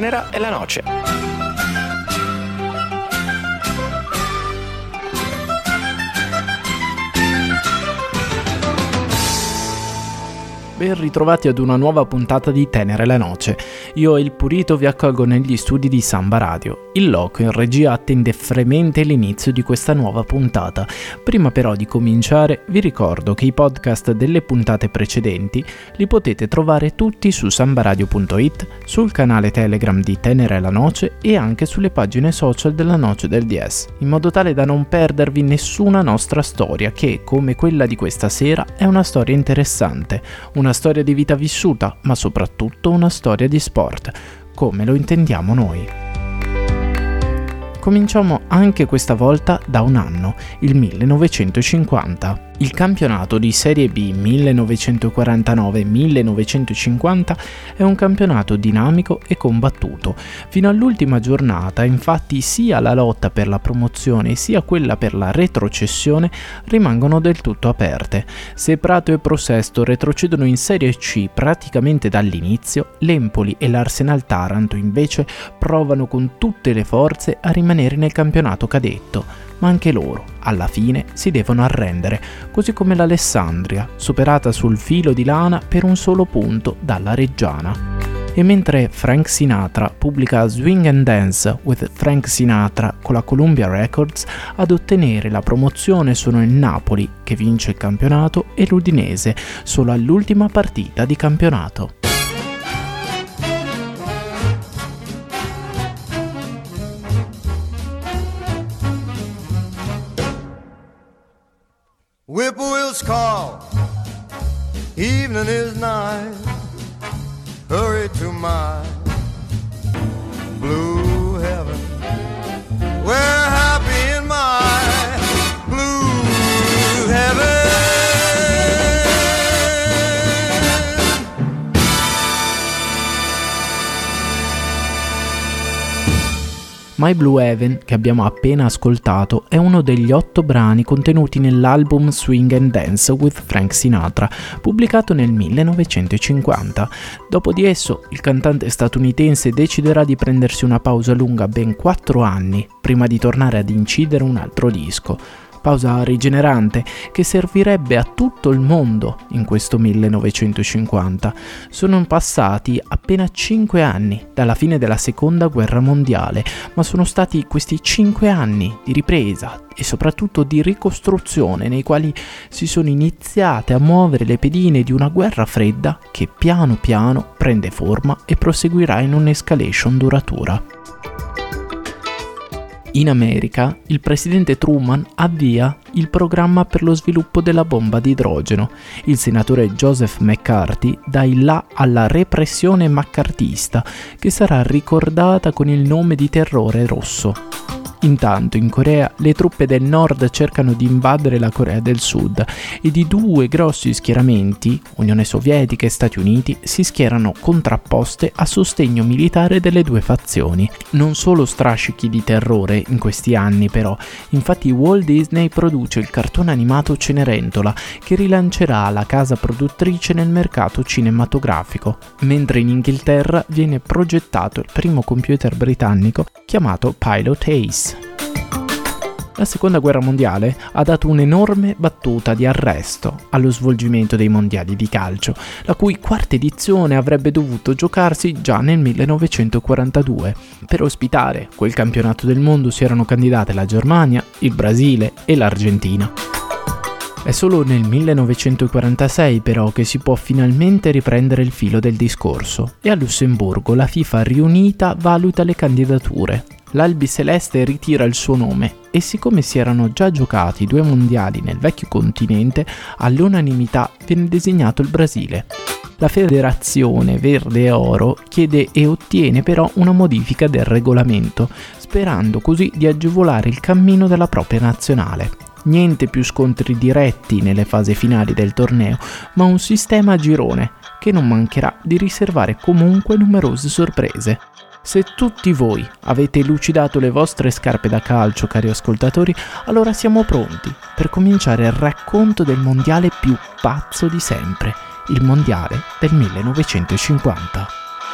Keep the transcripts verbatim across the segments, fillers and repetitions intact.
tenera è la noce. Ben ritrovati ad una nuova puntata di Tenera è la noce. Io e il Purito vi accolgo negli studi di Samba Radio. Il loco in regia attende fremente l'inizio di questa nuova puntata. Prima però di cominciare vi ricordo che i podcast delle puntate precedenti li potete trovare tutti su sambaradio punto it, sul canale Telegram di Tenera è la noce e anche sulle pagine social della Noce del D S, in modo tale da non perdervi nessuna nostra storia che, come quella di questa sera, è una storia interessante, una storia di vita vissuta, ma soprattutto una storia di sport, come lo intendiamo noi. Cominciamo anche questa volta da un anno, il millenovecentocinquanta. Il campionato di Serie B millenovecentoquarantanove millenovecentocinquanta è un campionato dinamico e combattuto. Fino all'ultima giornata, infatti, sia la lotta per la promozione sia quella per la retrocessione rimangono del tutto aperte. Se Prato e Prosesto retrocedono in Serie C praticamente dall'inizio, l'Empoli e l'Arsenal Taranto invece provano con tutte le forze a rimanere nel campionato cadetto. Ma anche loro, alla fine, si devono arrendere, così come l'Alessandria, superata sul filo di lana per un solo punto dalla Reggiana. E mentre Frank Sinatra pubblica Swing and Dance with Frank Sinatra con la Columbia Records, ad ottenere la promozione sono il Napoli, che vince il campionato, e l'Udinese, solo all'ultima partita di campionato. Whippoorwills call, evening is nigh, hurry to my blue heaven, we're happy in my blue heaven. My Blue Heaven, che abbiamo appena ascoltato, è uno degli otto brani contenuti nell'album Swing and Dance with Frank Sinatra, pubblicato nel millenovecentocinquanta. Dopo di esso, il cantante statunitense deciderà di prendersi una pausa lunga ben quattro anni, prima di tornare ad incidere un altro disco. Pausa rigenerante che servirebbe a tutto il mondo in questo millenovecentocinquanta. Sono passati appena cinque anni dalla fine della seconda guerra mondiale, ma sono stati questi cinque anni di ripresa e soprattutto di ricostruzione nei quali si sono iniziate a muovere le pedine di una guerra fredda che piano piano prende forma e proseguirà in un'escalation duratura. In America, il presidente Truman avvia il programma per lo sviluppo della bomba di idrogeno. Il senatore Joseph McCarthy dà il là alla repressione maccartista, che sarà ricordata con il nome di Terrore Rosso. Intanto in Corea le truppe del nord cercano di invadere la Corea del Sud e di due grossi schieramenti, Unione Sovietica e Stati Uniti, si schierano contrapposte a sostegno militare delle due fazioni. Non solo strascichi di terrore in questi anni però, infatti Walt Disney produce il cartone animato Cenerentola, che rilancerà la casa produttrice nel mercato cinematografico, mentre in Inghilterra viene progettato il primo computer britannico chiamato Pilot Ace. La seconda guerra mondiale ha dato un'enorme battuta di arresto allo svolgimento dei mondiali di calcio, la cui quarta edizione avrebbe dovuto giocarsi già nel millenovecentoquarantadue. Per ospitare quel campionato del mondo si erano candidate la Germania, il Brasile e l'Argentina. È solo nel millenovecentoquarantasei però che si può finalmente riprendere il filo del discorso e a Lussemburgo la FIFA riunita valuta le candidature. L'Albiceleste ritira il suo nome e siccome si erano già giocati due mondiali nel vecchio continente, all'unanimità viene designato il Brasile. La Federazione Verde e Oro chiede e ottiene però una modifica del regolamento, sperando così di agevolare il cammino della propria nazionale. Niente più scontri diretti nelle fasi finali del torneo, ma un sistema a girone che non mancherà di riservare comunque numerose sorprese. Se tutti voi avete lucidato le vostre scarpe da calcio, cari ascoltatori, allora siamo pronti per cominciare il racconto del mondiale più pazzo di sempre, il mondiale del millenovecentocinquanta.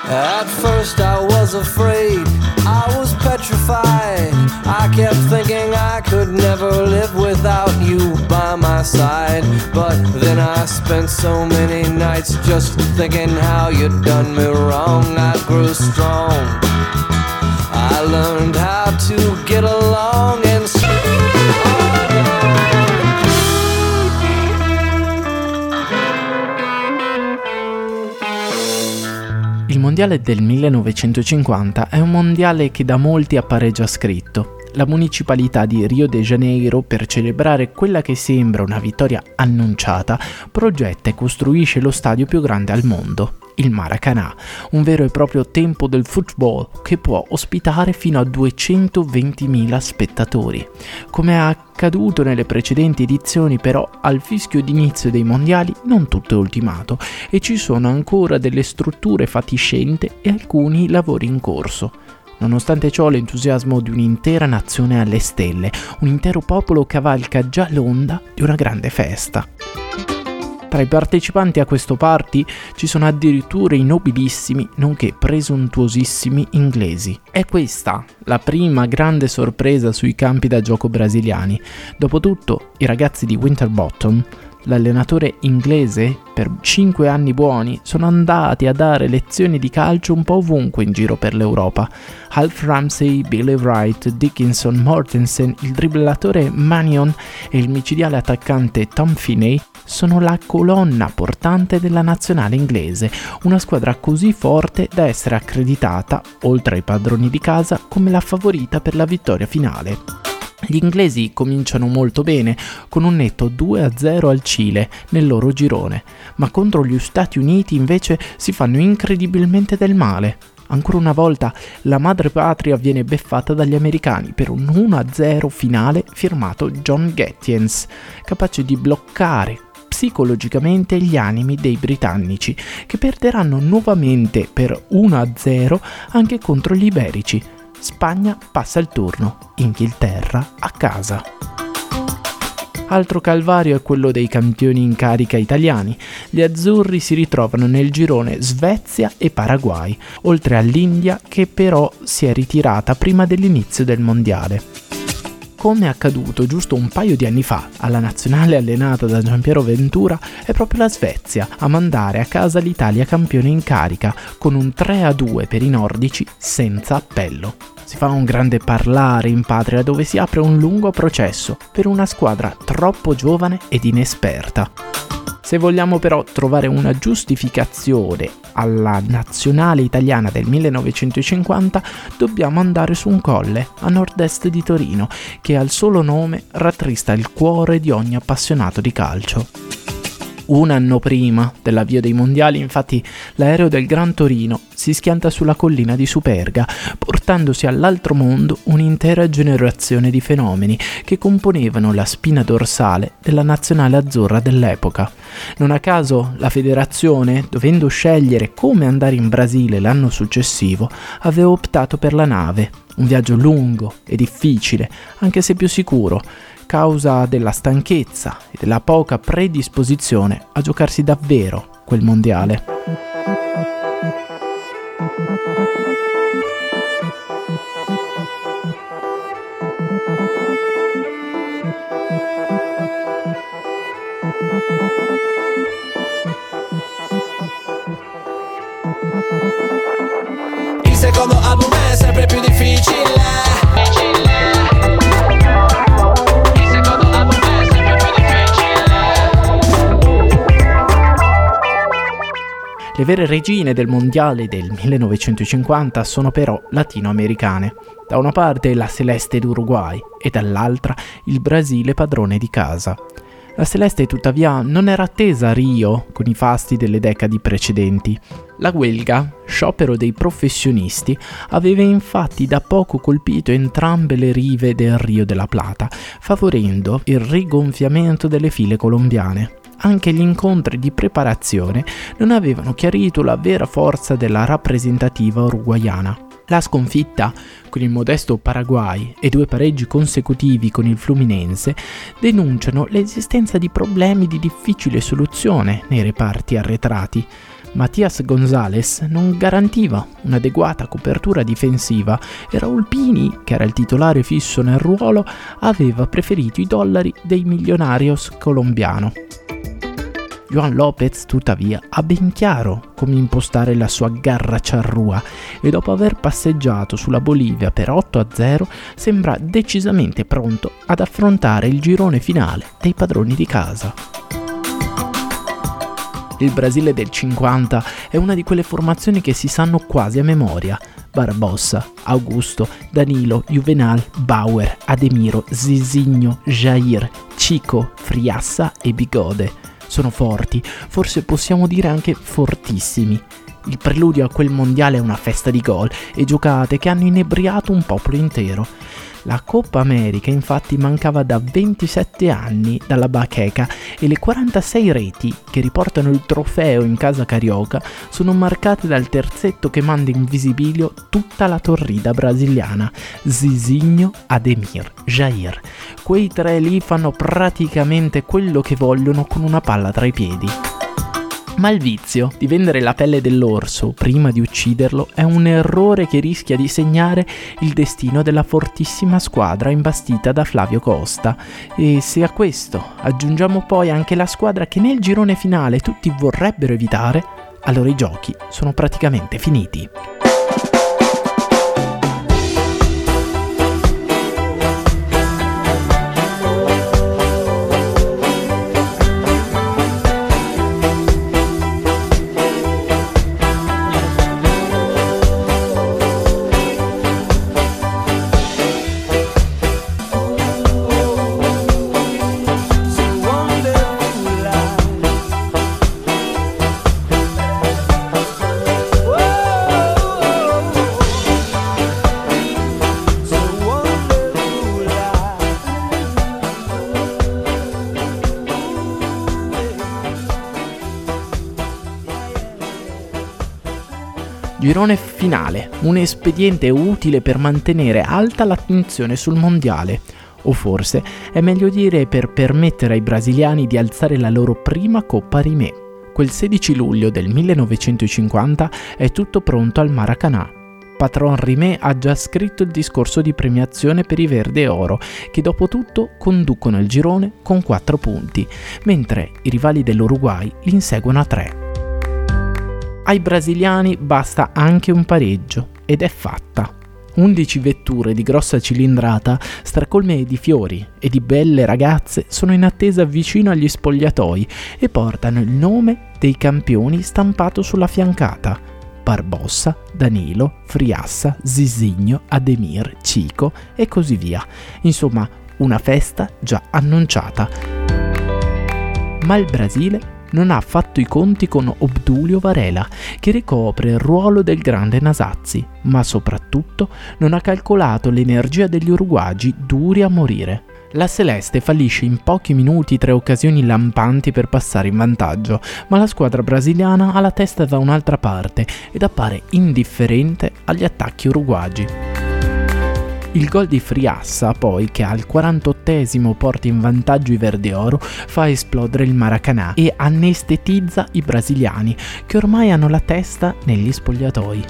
At first I was afraid, I was petrified. I kept thinking I could never live without you by my side. But then I spent so many nights just thinking how you'd done me wrong. I grew strong, I learned how to get along and Il mondiale del millenovecentocinquanta è un mondiale che da molti appare già scritto. La municipalità di Rio de Janeiro, per celebrare quella che sembra una vittoria annunciata, progetta e costruisce lo stadio più grande al mondo, il Maracanã, un vero e proprio tempio del football che può ospitare fino a duecentoventimila spettatori. Come è accaduto nelle precedenti edizioni, però, al fischio d'inizio dei mondiali non tutto è ultimato e ci sono ancora delle strutture fatiscenti e alcuni lavori in corso. Nonostante ciò, l'entusiasmo di un'intera nazione alle stelle, un intero popolo cavalca già l'onda di una grande festa. Tra i partecipanti a questo party ci sono addirittura i nobilissimi, nonché presuntuosissimi inglesi. È questa la prima grande sorpresa sui campi da gioco brasiliani. Dopotutto, i ragazzi di Winterbottom, l'allenatore inglese, per cinque anni buoni, sono andati a dare lezioni di calcio un po' ovunque in giro per l'Europa. Alf Ramsey, Billy Wright, Dickinson, Mortensen, il dribblatore Mannion e il micidiale attaccante Tom Finney sono la colonna portante della nazionale inglese, una squadra così forte da essere accreditata, oltre ai padroni di casa, come la favorita per la vittoria finale. Gli inglesi cominciano molto bene, con un netto due a zero al Cile nel loro girone, ma contro gli Stati Uniti invece si fanno incredibilmente del male. Ancora una volta la madrepatria viene beffata dagli americani per un uno a zero finale firmato John Gattiens, capace di bloccare psicologicamente gli animi dei britannici, che perderanno nuovamente per uno a zero anche contro gli iberici. Spagna passa il turno, Inghilterra a casa. Altro calvario è quello dei campioni in carica italiani. Gli azzurri si ritrovano nel girone Svezia e Paraguay, oltre all'India che però si è ritirata prima dell'inizio del mondiale. Come è accaduto giusto un paio di anni fa alla nazionale allenata da Gianpiero Ventura, è proprio la Svezia a mandare a casa l'Italia campione in carica, con un tre a due per i nordici senza appello. Si fa un grande parlare in patria dove si apre un lungo processo per una squadra troppo giovane ed inesperta. Se vogliamo però trovare una giustificazione alla nazionale italiana del millenovecentocinquanta, dobbiamo andare su un colle a nord-est di Torino, che al solo nome rattrista il cuore di ogni appassionato di calcio. Un anno prima dell'avvio dei mondiali, infatti, l'aereo del Gran Torino si schianta sulla collina di Superga, portandosi all'altro mondo un'intera generazione di fenomeni che componevano la spina dorsale della nazionale azzurra dell'epoca. Non a caso la federazione, dovendo scegliere come andare in Brasile l'anno successivo, aveva optato per la nave, un viaggio lungo e difficile, anche se più sicuro, causa della stanchezza e della poca predisposizione a giocarsi davvero quel mondiale. Il secondo album è sempre più difficile. Le vere regine del mondiale del millenovecentocinquanta sono però latinoamericane. Da una parte la Celeste d'Uruguay e dall'altra il Brasile padrone di casa. La Celeste tuttavia non era attesa a Rio con i fasti delle decadi precedenti. La huelga, sciopero dei professionisti, aveva infatti da poco colpito entrambe le rive del Rio della Plata, favorendo il rigonfiamento delle file colombiane. Anche gli incontri di preparazione non avevano chiarito la vera forza della rappresentativa uruguaiana. La sconfitta con il modesto Paraguay e due pareggi consecutivi con il Fluminense denunciano l'esistenza di problemi di difficile soluzione nei reparti arretrati. Matias Gonzalez non garantiva un'adeguata copertura difensiva e Raúl Pini, che era il titolare fisso nel ruolo, aveva preferito i dollari dei Millonarios colombiano. Joan Lopez, tuttavia, ha ben chiaro come impostare la sua garra charrua e dopo aver passeggiato sulla Bolivia per otto a zero sembra decisamente pronto ad affrontare il girone finale dei padroni di casa. Il Brasile del cinquanta è una di quelle formazioni che si sanno quasi a memoria. Barbosa, Augusto, Danilo, Juvenal, Bauer, Ademiro, Zizinho, Jair, Chico, Friassa e Bigode. Sono forti, forse possiamo dire anche fortissimi. Il preludio a quel mondiale è una festa di gol e giocate che hanno inebriato un popolo intero. La Coppa America infatti mancava da ventisette anni dalla bacheca e le quarantasei reti che riportano il trofeo in casa carioca sono marcate dal terzetto che manda in visibilio tutta la torrida brasiliana: Zizinho, Ademir, Jair. Quei tre lì fanno praticamente quello che vogliono con una palla tra i piedi. Ma il vizio di vendere la pelle dell'orso prima di ucciderlo è un errore che rischia di segnare il destino della fortissima squadra imbastita da Flavio Costa. E se a questo aggiungiamo poi anche la squadra che nel girone finale tutti vorrebbero evitare, allora i giochi sono praticamente finiti. Girone finale, un espediente utile per mantenere alta l'attenzione sul mondiale, o forse è meglio dire per permettere ai brasiliani di alzare la loro prima Coppa Rimé. Quel sedici luglio del millenovecentocinquanta è tutto pronto al Maracanã. Patron Rimé ha già scritto il discorso di premiazione per i Verde e Oro, che dopo tutto conducono il girone con quattro punti, mentre i rivali dell'Uruguay li inseguono a tre. Ai brasiliani basta anche un pareggio ed è fatta. undici vetture di grossa cilindrata, stracolme di fiori e di belle ragazze sono in attesa vicino agli spogliatoi e portano il nome dei campioni stampato sulla fiancata: Barbosa, Danilo, Friassa, Zizinho, Ademir, Chico e così via. Insomma, una festa già annunciata. Ma il Brasile non ha fatto i conti con Obdulio Varela, che ricopre il ruolo del grande Nasazzi, ma soprattutto non ha calcolato l'energia degli uruguagi duri a morire. La Celeste fallisce in pochi minuti tre occasioni lampanti per passare in vantaggio, ma la squadra brasiliana ha la testa da un'altra parte ed appare indifferente agli attacchi uruguagi. Il gol di Friassa, poi, che al quarantottesimo porta in vantaggio i Verde Oro, fa esplodere il Maracanã e anestetizza i brasiliani, che ormai hanno la testa negli spogliatoi.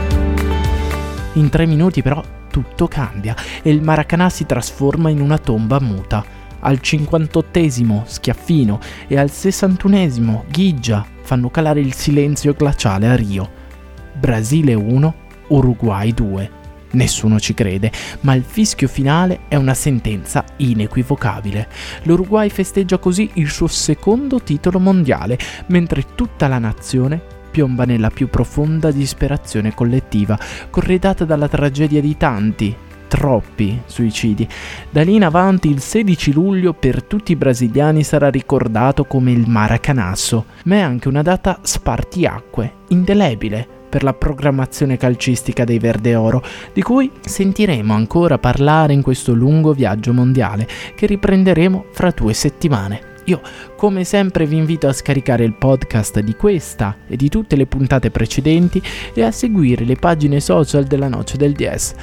In tre minuti però tutto cambia e il Maracanã si trasforma in una tomba muta. Al cinquantottesimo Schiaffino e al sessantunesimo Ghiggia fanno calare il silenzio glaciale a Rio. Brasile uno, Uruguay due. Nessuno ci crede, ma il fischio finale è una sentenza inequivocabile. L'Uruguay festeggia così il suo secondo titolo mondiale, mentre tutta la nazione piomba nella più profonda disperazione collettiva, corredata dalla tragedia di tanti, troppi suicidi. Da lì in avanti il sedici luglio per tutti i brasiliani sarà ricordato come il Maracanazo, ma è anche una data spartiacque, indelebile per la programmazione calcistica dei Verde Oro, di cui sentiremo ancora parlare in questo lungo viaggio mondiale che riprenderemo fra due settimane. Io, come sempre, vi invito a scaricare il podcast di questa e di tutte le puntate precedenti e a seguire le pagine social della Noce del Diez.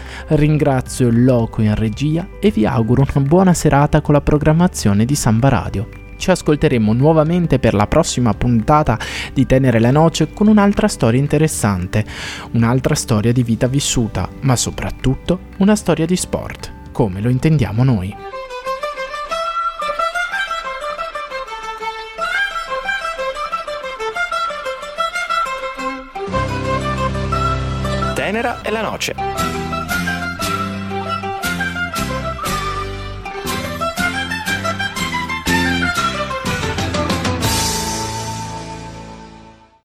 Ringrazio il Loco in regia e vi auguro una buona serata con la programmazione di Samba Radio. ci ascolteremo nuovamente per la prossima puntata di Tenere la Noce con un'altra storia interessante, un'altra storia di vita vissuta, ma soprattutto una storia di sport, come lo intendiamo noi. Tenera e la Noce.